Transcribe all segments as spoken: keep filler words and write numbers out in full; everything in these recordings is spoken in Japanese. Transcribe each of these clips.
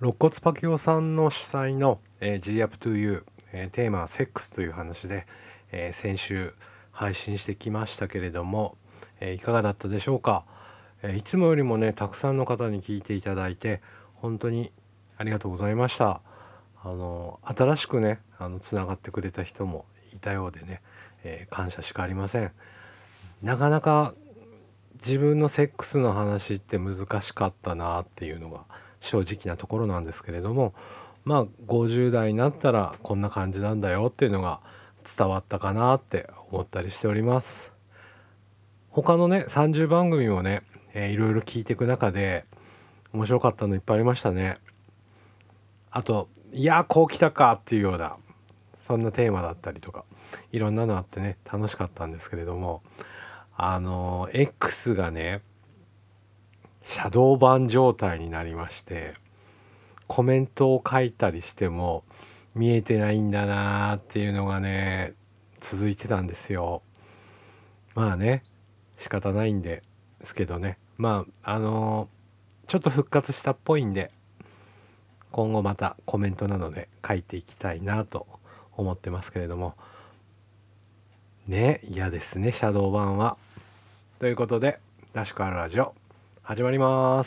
肋骨パキオさんの主催の、えー、G up to you、えー、テーマはセックスという話で、えー、先週配信してきましたけれども、えー、いかがだったでしょうか。えー、いつもよりもねたくさんの方に聞いていただいて本当にありがとうございました。あの新しくねあのつながってくれた人もいたようでね、えー、感謝しかありません。なかなか自分のセックスの話って難しかったなっていうのが正直なところなんですけれども、まあごじゅう代になったらこんな感じなんだよっていうのが伝わったかなって思ったりしております。他のねさんじゅうばん組もね、えー、いろいろ聞いていく中で面白かったのいっぱいありましたね。あといやこう来たかっていうようなそんなテーマだったりとかいろんなのあってね楽しかったんですけれども、あの X がねシャドーバン状態になりまして、コメントを書いたりしても見えてないんだなーっていうのがね続いてたんですよ。まあね仕方ないんですけどね、まああのー、ちょっと復活したっぽいんで今後またコメントなどで書いていきたいなと思ってますけれどもね、嫌ですねシャドーバンは。ということでらしくあるラジオ始まります。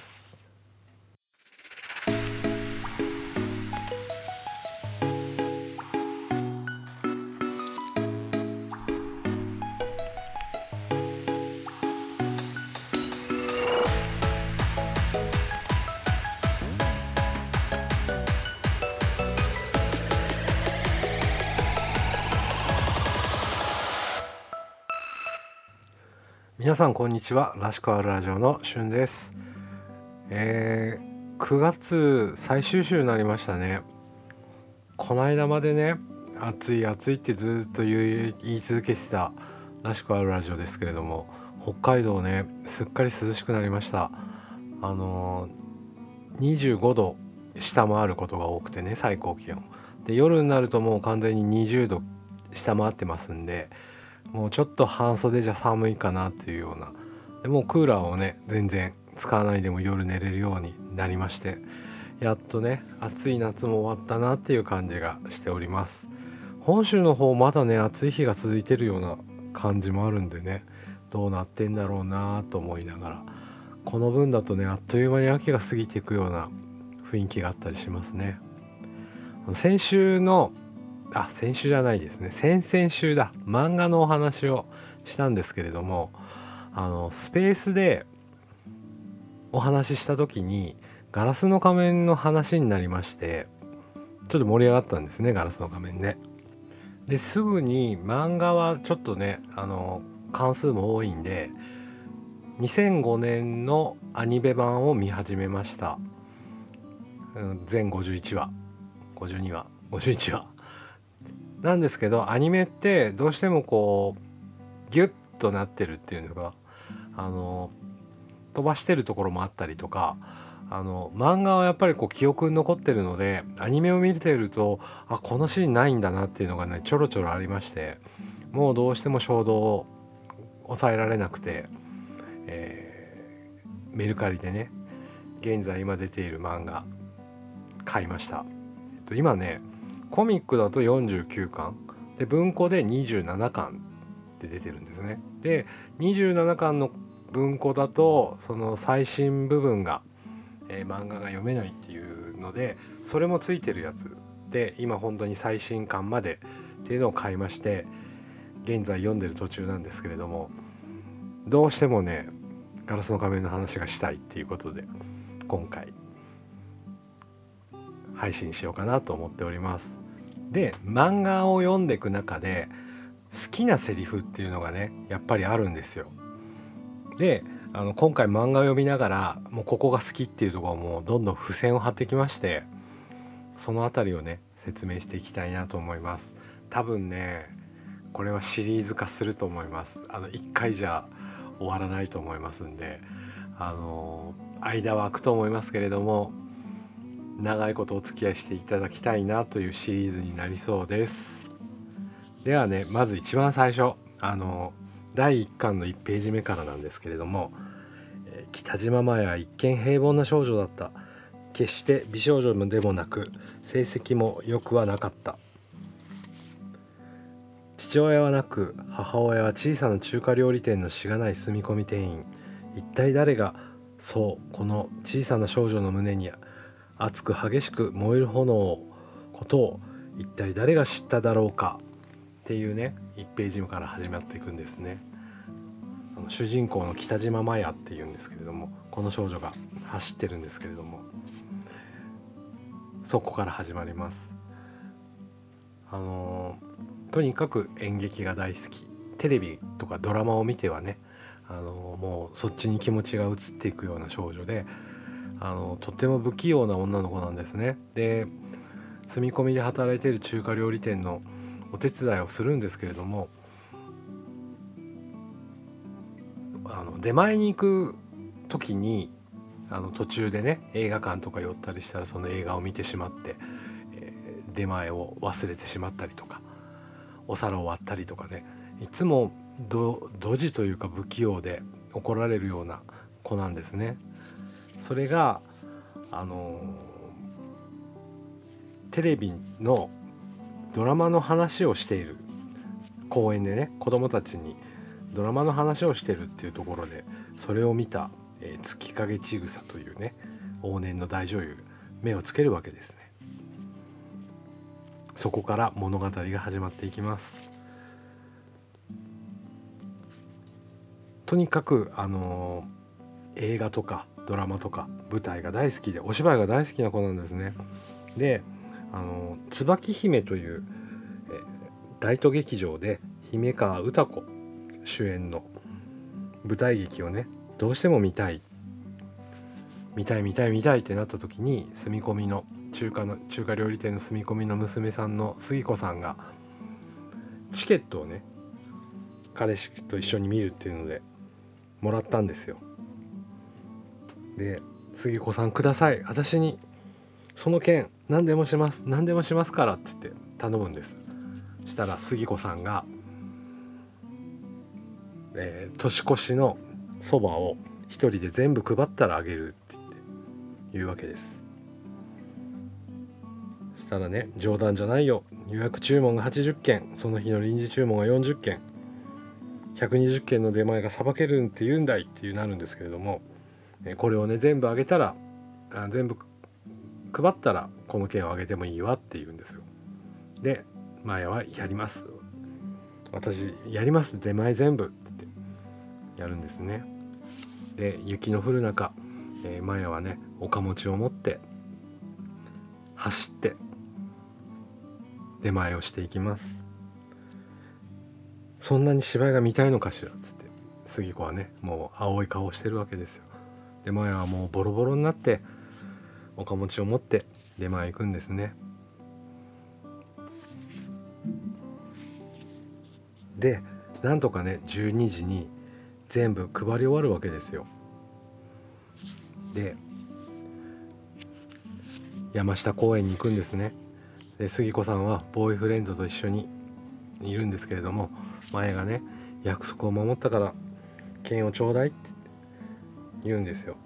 皆さんこんにちは、らしくあるラジオのしゅんです。えー、くがつ最終週になりましたね。この間までね暑い暑いってずっと言い、言い続けてたらしくあるラジオですけれども、北海道ねすっかり涼しくなりました。あのー、にじゅうごど下回ることが多くてね、最高気温で夜になるともう完全ににじゅうど下回ってますんで、もうちょっと半袖じゃ寒いかなっていうような。でもうクーラーをね全然使わないでも夜寝れるようになりまして、やっとね暑い夏も終わったなっていう感じがしております。本州の方まだね暑い日が続いてるような感じもあるんでね、どうなってんだろうなと思いながら、この分だとねあっという間に秋が過ぎていくような雰囲気があったりしますね。先週のあ先週じゃないですね先々週だ漫画のお話をしたんですけれども、あのスペースでお話しした時にガラスの仮面の話になりまして、ちょっと盛り上がったんですね、ガラスの仮面ね。ですぐに漫画はちょっとねあの関数も多いんでにせんごねんのアニメ版を見始めました。全ごじゅういちわごじゅうにわごじゅういちわなんですけど、アニメってどうしてもこうギュッとなってるっていうのがあの飛ばしてるところもあったりとか、あの漫画はやっぱりこう記憶に残ってるのでアニメを見てるとあこのシーンないんだなっていうのがねちょろちょろありまして、もうどうしても衝動を抑えられなくて、えー、メルカリでね現在今出ている漫画買いました。えっと、今ねコミックだとよんじゅうきゅうかんで文庫でにじゅうななかんって出てるんですね。でにじゅうななかんの文庫だとその最新部分が、えー、漫画が読めないっていうのでそれもついてるやつで今本当に最新刊までっていうのを買いまして、現在読んでる途中なんですけれども、どうしてもねガラスの仮面の話がしたいっていうことで今回配信しようかなと思っております。で漫画を読んでいく中で好きなセリフっていうのがねやっぱりあるんですよ。であの今回漫画を読みながらもうここが好きっていうところもどんどん付箋を貼ってきまして、そのあたりをね説明していきたいなと思います。多分ねこれはシリーズ化すると思います。あのいっかいじゃ終わらないと思いますんで、あの間は空くと思いますけれども長いことお付き合いしていただきたいなというシリーズになりそうです。ではねまず一番最初あのだいいっかんのいちページ目からなんですけれども、えー、北島麻也は一見平凡な少女だった。 決して美少女でもなく成績も良くはなかった。父親はなく母親は小さな中華料理店のしがない住み込み店員。一体誰がそうこの小さな少女の胸に熱く激しく燃える炎をことを一体誰が知っただろうかっていうねいちページ目から始まっていくんですね。あの主人公の北島麻也っていうんですけれども、この少女が走ってるんですけれども、そこから始まります。あのとにかく演劇が大好き、テレビとかドラマを見てはね、あのもうそっちに気持ちが移っていくような少女で、あのとっても不器用な女の子なんですね。で住み込みで働いている中華料理店のお手伝いをするんですけれども、あの出前に行く時にあの途中でね映画館とか寄ったりしたらその映画を見てしまって、えー、出前を忘れてしまったりとかお皿を割ったりとかね、いつもドジというか不器用で怒られるような子なんですね。それがあのテレビのドラマの話をしている公園でね、子供たちにドラマの話をしてるっていうところでそれを見た、えー、月影千草というね往年の大女優目をつけるわけですね。そこから物語が始まっていきます。とにかくあのー、映画とかドラマとか舞台が大好きでお芝居が大好きな子なんですね。であのー、椿姫という、えー、大都劇場で姫川歌子主演の舞台劇をねどうしても見たい見たい見たい見たいってなった時に、住み込みの中華の中華料理店の住み込みの娘さんの杉子さんがチケットをね彼氏と一緒に見るっていうのでもらったんですよ。で杉子さんください、私にその件何でもします何でもしますからって言って頼むんです。したら杉子さんが、えー、年越しのそばを一人で全部配ったらあげるって言って言うわけです。そしたらね、冗談じゃないよ、予約注文がはちじゅっけん、その日の臨時注文がよんじゅっけん、ひゃくにじゅっけんの出前がさばけるんって言うんだいっていうなるんですけれども、これをね全部あげたらあ全部配ったらこの件をあげてもいいわって言うんですよ。でマヤはやります、私やります、出前全部って言ってやるんですね。で雪の降る中、えー、マヤはね岡持ちを持って走って出前をしていきます。そんなに芝居が見たいのかしらっつって杉子はねもう青い顔をしてるわけですよ。でマヤはもうボロボロになって岡持ちを持って出前行くんですね。でなんとかねじゅうにじに全部配り終わるわけですよ。で山下公園に行くんですね。で杉子さんはボーイフレンドと一緒にいるんですけれども、前がね約束を守ったから券をちょうだいって言うんですよ。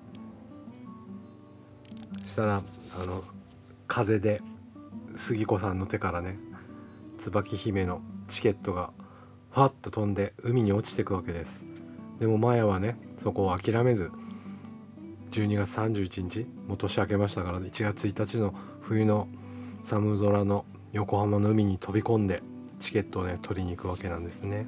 したらあの風で杉子さんの手からね椿姫のチケットがファッと飛んで海に落ちていくわけです。でもマヤはねそこを諦めずじゅうにがつさんじゅういちにち、もう年明けましたからいちがつついたちの冬の寒空の横浜の海に飛び込んでチケットをね取りに行くわけなんですね。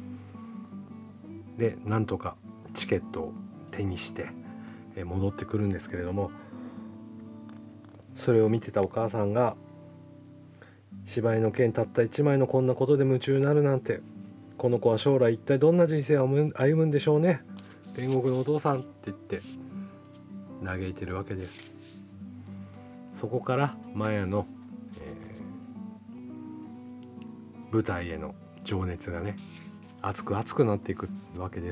でなんとかチケットを手にして戻ってくるんですけれども、それを見てたお母さんが、芝居の件たったいちまいのこんなことで夢中になるなんて、この子は将来一体どんな人生を歩むんでしょうね、天国のお父さんって言って嘆いてるわけです。そこからマヤの、えー、舞台への情熱がね熱く熱くなっていくわけです。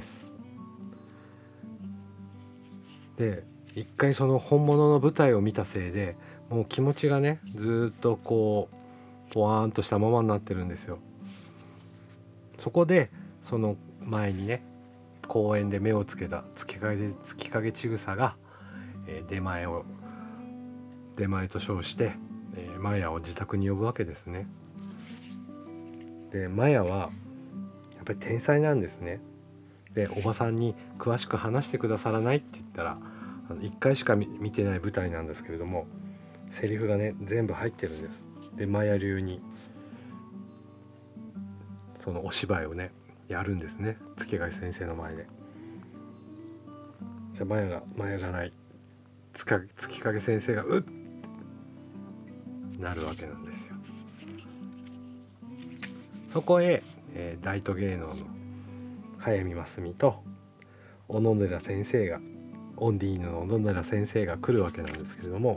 で一回その本物の舞台を見たせいでもう気持ちがねずっとこうポワーンとしたままになってるんですよ。そこでその前にね公園で目をつけた月影月影千草が、えー、出前を出前と称して、えー、マヤを自宅に呼ぶわけですね。でマヤはやっぱり天才なんですね。でおばさんに詳しく話してくださらないって言ったら、あのいっかいしか 見, 見てない舞台なんですけれども、セリフがね全部入ってるんです。でマヤ流にそのお芝居をねやるんですね、月影先生の前で。じゃあマヤがマヤじゃない月影先生がうっなるわけなんですよ。そこへ、えー、大都芸能の早見真澄と小野寺先生がオンディーヌの小野寺先生が来るわけなんですけれども、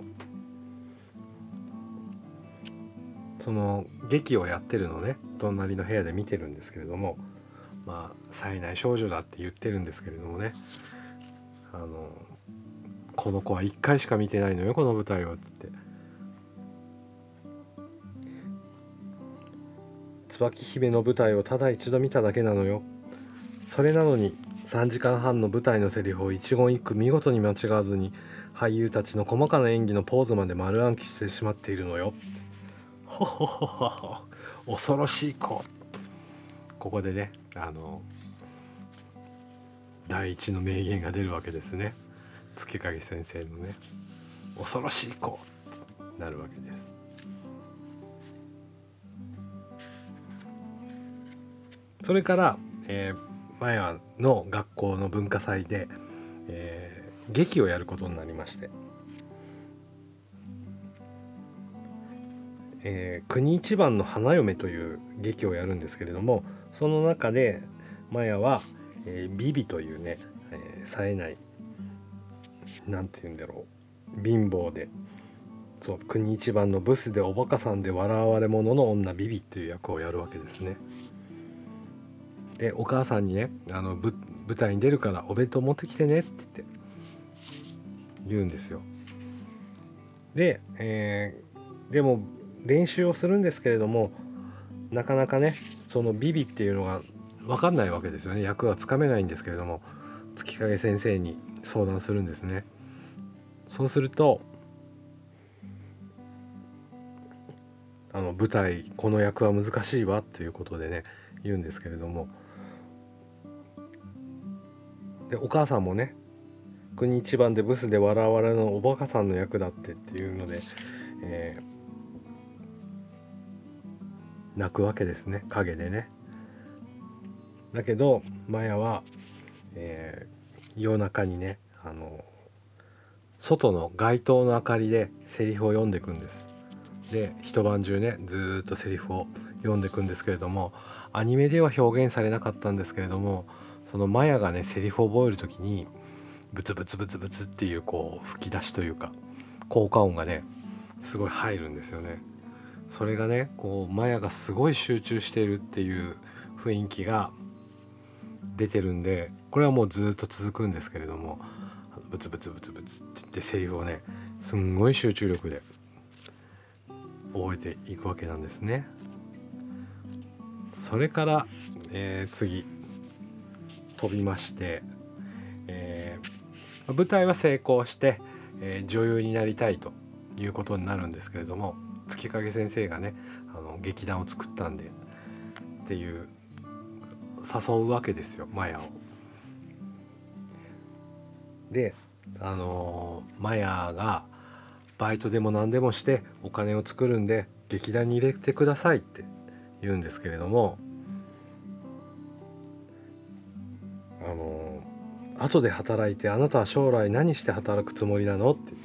その劇をやってるのね隣の部屋で見てるんですけれども、まあ冴えない少女だって言ってるんですけれどもね、あのこの子はいっかいしか見てないのよこの舞台をって言って、椿姫の舞台をただ一度見ただけなのよ。それなのにさんじかんはんの舞台のセリフを一言一句見事に間違わずに俳優たちの細かな演技のポーズまで丸暗記してしまっているのよ。ほほほほほ恐ろしい子。ここでねあの第一の名言が出るわけですね。月影先生のね恐ろしい子ってなるわけです。それから、えー、マヤの学校の文化祭で、えー、劇をやることになりまして、えー、国一番の花嫁という劇をやるんですけれども、その中でマヤは、えー、ビビというね、えー、冴えないなんて言うんだろう貧乏でそう国一番のブスでおバカさんで笑われ者の女ビビという役をやるわけですね。でお母さんにねあの舞台に出るからお弁当持ってきてねって言って言うんですよ。で、えー、でも練習をするんですけれどもなかなかねそのビビっていうのが分かんないわけですよね。役はつかめないんですけれども月影先生に相談するんですね。そうするとあの舞台この役は難しいわということでね言うんですけれども、でお母さんもね国一番でブスで笑われのおバカさんの役だってっていうので、えー、泣くわけですね陰でね。だけどマヤは、えー、夜中にねあの外の街灯の明かりでセリフを読んでいくんです。で一晩中ねずっとセリフを読んでいくんですけれども、アニメでは表現されなかったんですけれども、そのマヤがねセリフを覚える時にブツブツブツブツっていうこう吹き出しというか効果音がねすごい入るんですよね。それがねこうマヤがすごい集中しているっていう雰囲気が出てるんで、これはもうずっと続くんですけれども、ブツブツブツブツって言ってセリフをねすんごい集中力で覚えていくわけなんですね。それから、えー、次飛びまして、えー、舞台は成功して、えー、女優になりたいということになるんですけれども、月影先生がねあの劇団を作ったんでっていう誘うわけですよマヤを。であのー、マヤがバイトでも何でもしてお金を作るんで劇団に入れてくださいって言うんですけれども、あのー、後で働いてあなたは将来何して働くつもりなのって言って、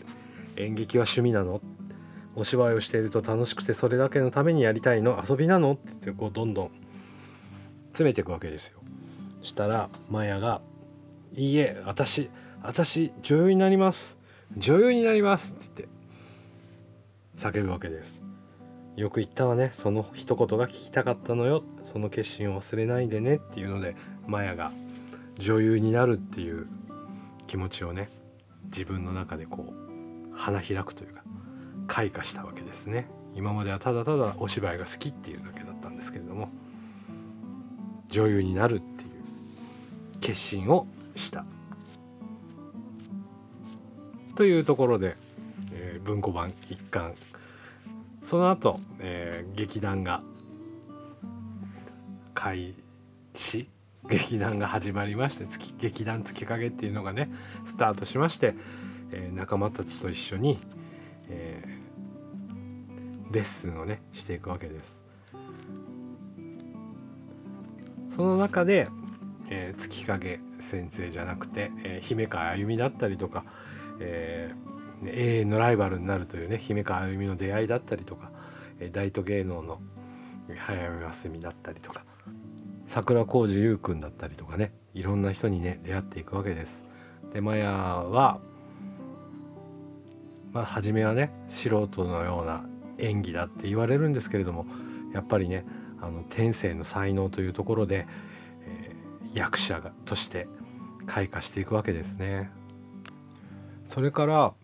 演劇は趣味なの、お芝居をしていると楽しくてそれだけのためにやりたいの、遊びなのって言ってこうどんどん詰めていくわけですよ。したらマヤがいいえ私私女優になります女優になりますって言って叫ぶわけです。よく言ったわね、その一言が聞きたかったのよ、その決心を忘れないでねっていうのでマヤが女優になるっていう気持ちをね自分の中でこう花開くというか開花したわけですね。今まではただただお芝居が好きっていうだけだったんですけれども、女優になるっていう決心をしたというところで、ええー、文庫版いっかん、その後、えー、劇団が開始劇団が始まりまして、月劇団月影っていうのがねスタートしまして、えー、仲間たちと一緒に、えー、レッスンをねしていくわけです。その中で、えー、月影先生じゃなくて、えー、姫川あゆみだったりとか、えー、永遠のライバルになるというね姫川あゆみの出会いだったりとか、えー、大都芸能の早見ますみだったりとか、桜小路優くんだったりとかね、いろんな人にね出会っていくわけです。でマヤは、まあ、初めはね素人のような演技だって言われるんですけれども、やっぱりねあの天性の才能というところで、えー、役者がとして開花していくわけですね。それから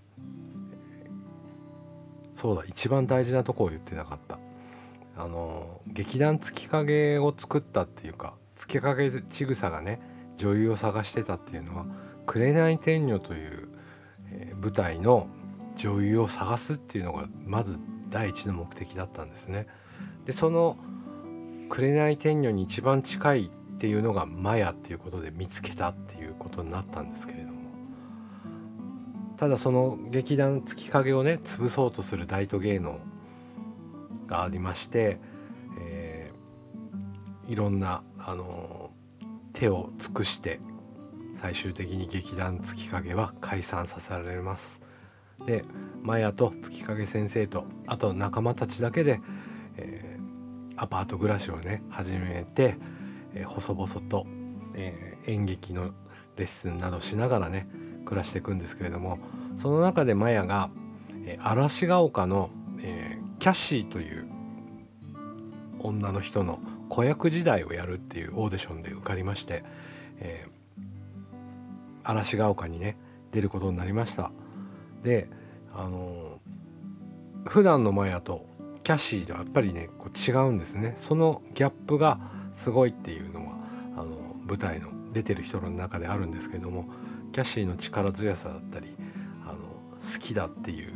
そうだ、一番大事なとこを言ってなかった。あの劇団月影を作ったっていうか、月影千草がね女優を探してたっていうのは紅天女という、えー、舞台の女優を探すっていうのがまず第一の目的だったんですね。でその紅天女に一番近いっていうのがマヤっていうことで見つけたっていうことになったんですけれども、ただその劇団月影をね潰そうとする大都芸能がありまして、えー、いろんな、あの手を尽くして最終的に劇団月影は解散させられます。でマヤと月影先生とあと仲間たちだけで、えー、アパート暮らしをね始めて、えー、細々と、えー、演劇のレッスンなどしながらね暮らしていくんですけれども、その中でマヤが、えー、嵐が丘の、えーキャシーという女の人の子役時代をやるっていうオーディションで受かりまして、えー、嵐が丘にね出ることになりました。で、あのー、普段のマヤとキャシーではやっぱりねこう違うんですね。そのギャップがすごいっていうのはあの舞台の出てる人の中であるんですけども、キャシーの力強さだったりあの好きだっていう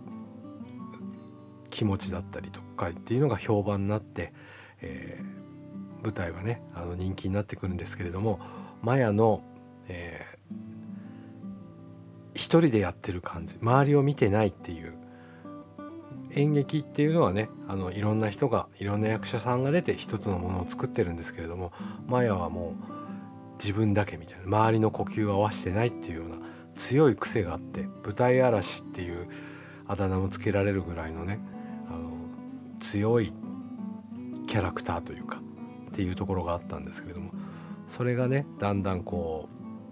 気持ちだったりとかっていうのが評判になって、えー、舞台はねあの人気になってくるんですけれども、マヤの、えー、一人でやってる感じ、周りを見てないっていう、演劇っていうのはねあのいろんな人がいろんな役者さんが出て一つのものを作ってるんですけれども、マヤはもう自分だけみたいな、周りの呼吸を合わせてないっていうような強い癖があって、舞台嵐っていうあだ名もつけられるぐらいのねあの強いキャラクターというかっていうところがあったんですけれども、それがねだんだんこ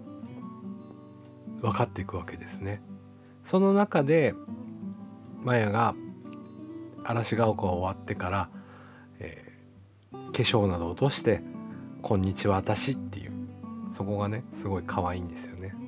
う分かっていくわけですね。その中でマヤが嵐が丘終わってから、えー、化粧など落として「こんにちは私」っていう、そこがねすごい可愛いんですよね。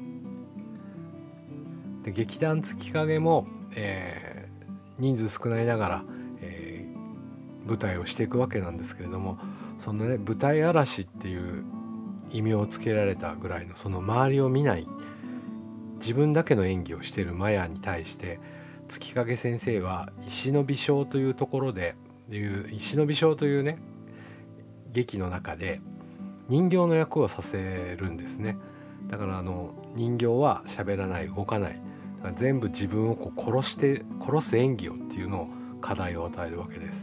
で劇団月影も、えー、人数少ないながら、えー、舞台をしていくわけなんですけれども、そのね舞台嵐っていう異名をつけられたぐらいのその周りを見ない自分だけの演技をしているマヤに対して月影先生は石の微笑というところでいう石の微笑というね劇の中で人形の役をさせるんですね。だからあの人形は喋らない動かない、だから全部自分をこう殺して殺す演技をっていうのを課題を与えるわけです。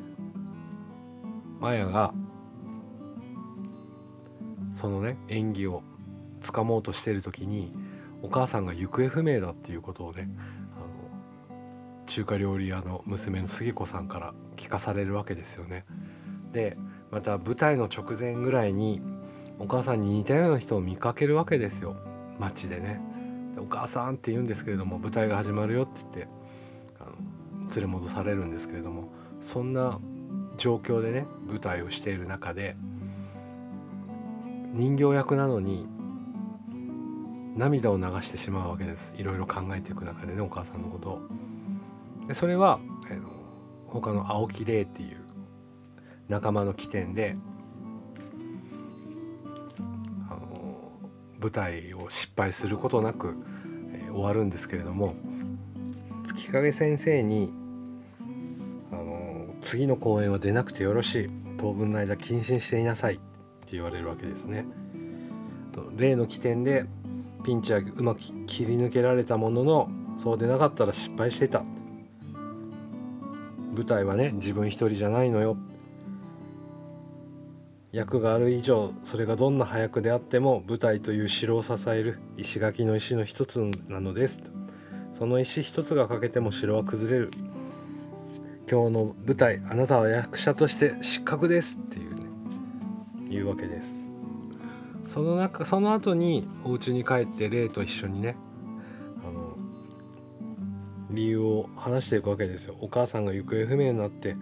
マヤがそのね演技をつかもうとしている時にお母さんが行方不明だっていうことをねあの中華料理屋の娘の杉子さんから聞かされるわけですよね。でまた舞台の直前ぐらいにお母さんに似たような人を見かけるわけですよ、街でね。でお母さんって言うんですけれども、舞台が始まるよって言ってあの連れ戻されるんですけれども、そんな状況でね舞台をしている中で人形役なのに涙を流してしまうわけです。いろいろ考えていく中でねお母さんのことを。でそれは、えー、他の青木玲っていう仲間の起点であの舞台を失敗することなく、えー、終わるんですけれども、月日陰先生にあの次の公演は出なくてよろしい、当分の間謹慎していなさいって言われるわけですね。例の起点でピンチはうまく切り抜けられたものの、そうでなかったら失敗してた。舞台はね、自分一人じゃないのよ。役がある以上、それがどんな配役であっても舞台という城を支える石垣の石の一つなのです。その石一つが欠けても城は崩れる。今日の舞台、あなたは役者として失格ですっていう、ね、いうわけです。その中その後にお家に帰ってレイと一緒にね、あの理由を話していくわけですよ。お母さんが行方不明になって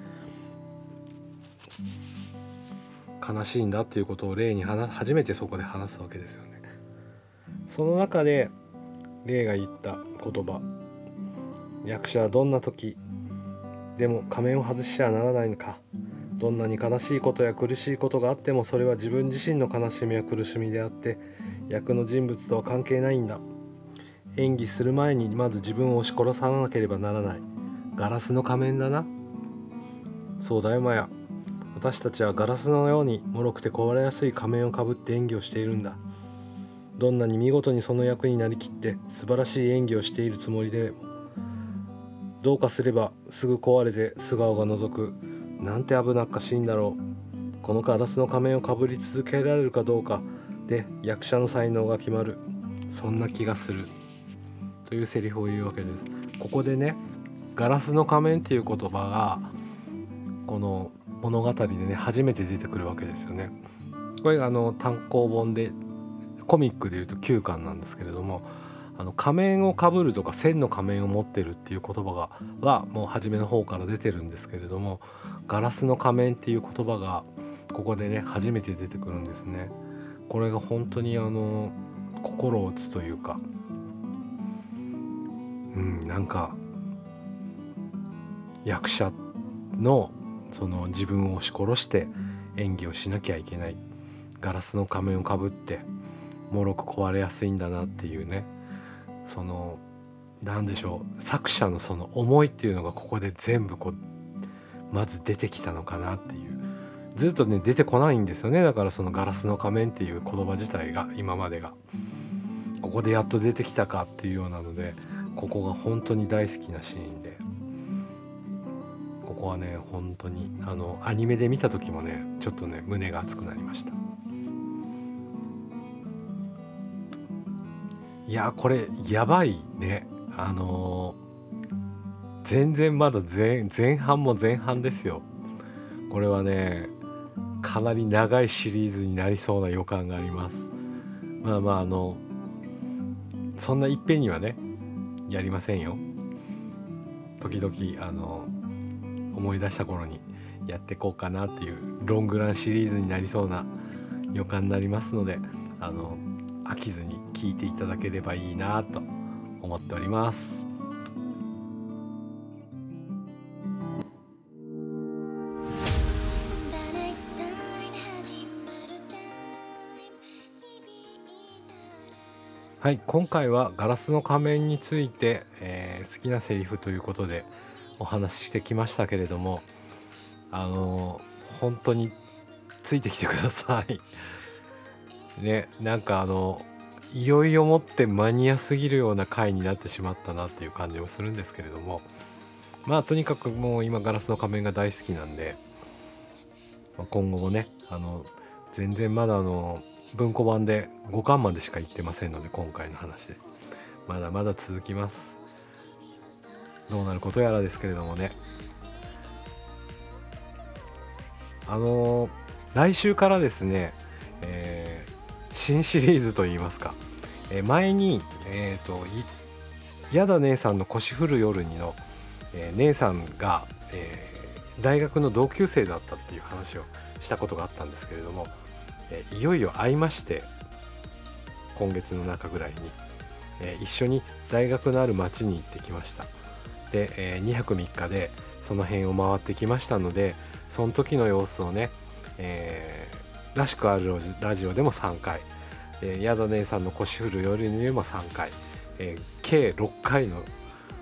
悲しいんだっていうことをレイに話初めてそこで話すわけですよね。その中でレイが言った言葉、役者はどんな時でも仮面を外しちゃならないのか。どんなに悲しいことや苦しいことがあっても、それは自分自身の悲しみや苦しみであって役の人物とは関係ないんだ。演技する前にまず自分を押し殺さなければならない。ガラスの仮面だな。そうだよマヤ、私たちはガラスのように脆くて壊れやすい仮面をかぶって演技をしているんだ。どんなに見事にその役になりきって素晴らしい演技をしているつもりでも、どうかすればすぐ壊れて素顔が覗く。なんて危なっかしいんだろう。このガラスの仮面をかぶり続けられるかどうかで役者の才能が決まる。そんな気がするというセリフを言うわけです。ここでね、ガラスの仮面っていう言葉がこの物語でね初めて出てくるわけですよね。これがあの単行本でコミックでいうときゅうかんなんですけれども、あの仮面をかぶるとか千の仮面を持ってるっていう言葉がはもう初めの方から出てるんですけれども、ガラスの仮面っていう言葉がここでね初めて出てくるんですね。これが本当にあの心を打つというか、うんなんか役者のその自分を押し殺して演技をしなきゃいけない、ガラスの仮面をかぶって脆く壊れやすいんだなっていうね、そのなんでしょう、作者のその思いっていうのがここで全部こうまず出てきたのかなっていう。ずっとね出てこないんですよね。だからそのガラスの仮面っていう言葉自体が今までがここでやっと出てきたかっていうようなので、ここが本当に大好きなシーンで、ここはね本当にあのアニメで見た時もねちょっとね胸が熱くなりました。いやこれやばいね。あのー、全然まだ 前, 前半も前半ですよ。これはねかなり長いシリーズになりそうな予感があります。まあまああのそんないっぺんにはねやりませんよ。時々あの思い出した頃にやっていこうかなっていうロングランシリーズになりそうな予感になりますので、あの飽きずに聞いていただければいいなと思っております。はい、今回はガラスの仮面について、えー、好きなセリフということでお話ししてきましたけれども、あのー、本当についてきてくださいね。なんかあのいよいよもってマニアすぎるような回になってしまったなっていう感じもするんですけれども、まあとにかくもう今ガラスの仮面が大好きなんで、今後もねあの全然まだあの文庫版でごかんまでしか言ってませんので、今回の話でまだまだ続きます。どうなることやらですけれどもね、あのー、来週からですね、えー、新シリーズといいますか、えー、前にえっとやだ姉さんの腰振る夜にの、えー、姉さんが、えー、大学の同級生だったっていう話をしたことがあったんですけれども、えー、いよいよ会いまして、今月の中ぐらいに、えー、一緒に大学のある町に行ってきました。で、えー、にはくみっかでその辺を回ってきましたので、その時の様子をね、えー、らしくあるラジオでもさんかい、えー、やだ姉さんの腰振る夜にもさんかい、えー、計ろっかいの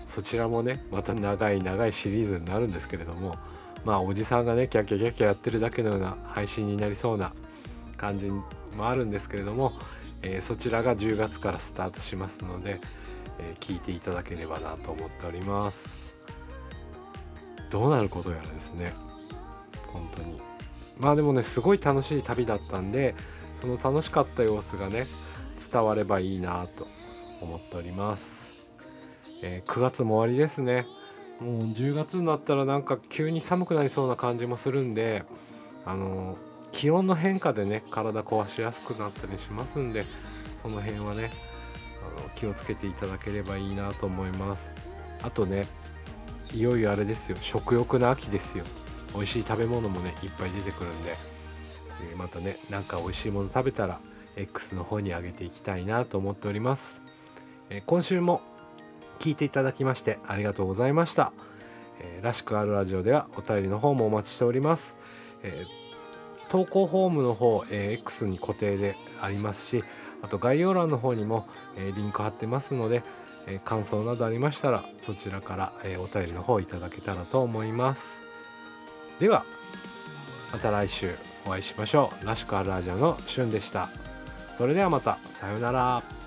そちらもねまた長い長いシリーズになるんですけれども、まあおじさんがねキャッキャキャッキャやってるだけのような配信になりそうな感じもあるんですけれども、えー、そちらがじゅうがつからスタートしますので、えー、聞いていただければなと思っております。どうなることやらですね、本当に。まあでもねすごい楽しい旅だったんで、その楽しかった様子がね伝わればいいなと思っております。えー、くがつも終わりですね。もうじゅうがつになったらなんか急に寒くなりそうな感じもするんで、あのー、気温の変化でね体壊しやすくなったりしますんで、その辺はねあの気をつけていただければいいなと思います。あとね、いよいよあれですよ、食欲の秋ですよ。美味しい食べ物もねいっぱい出てくるんで、えー、またねなんか美味しいもの食べたら X の方に上げていきたいなと思っております。えー、今週も聞いていただきましてありがとうございました。えー、らしくあるラジオではお便りの方もお待ちしております。えー、投稿フォームの方、えー、X に固定でありますし、あと概要欄の方にも、えー、リンク貼ってますので、えー、感想などありましたらそちらから、えー、お便りの方いただけたらと思います。ではまた来週お会いしましょう。らしくあるラジオのしゅんでした。それではまた、さようなら。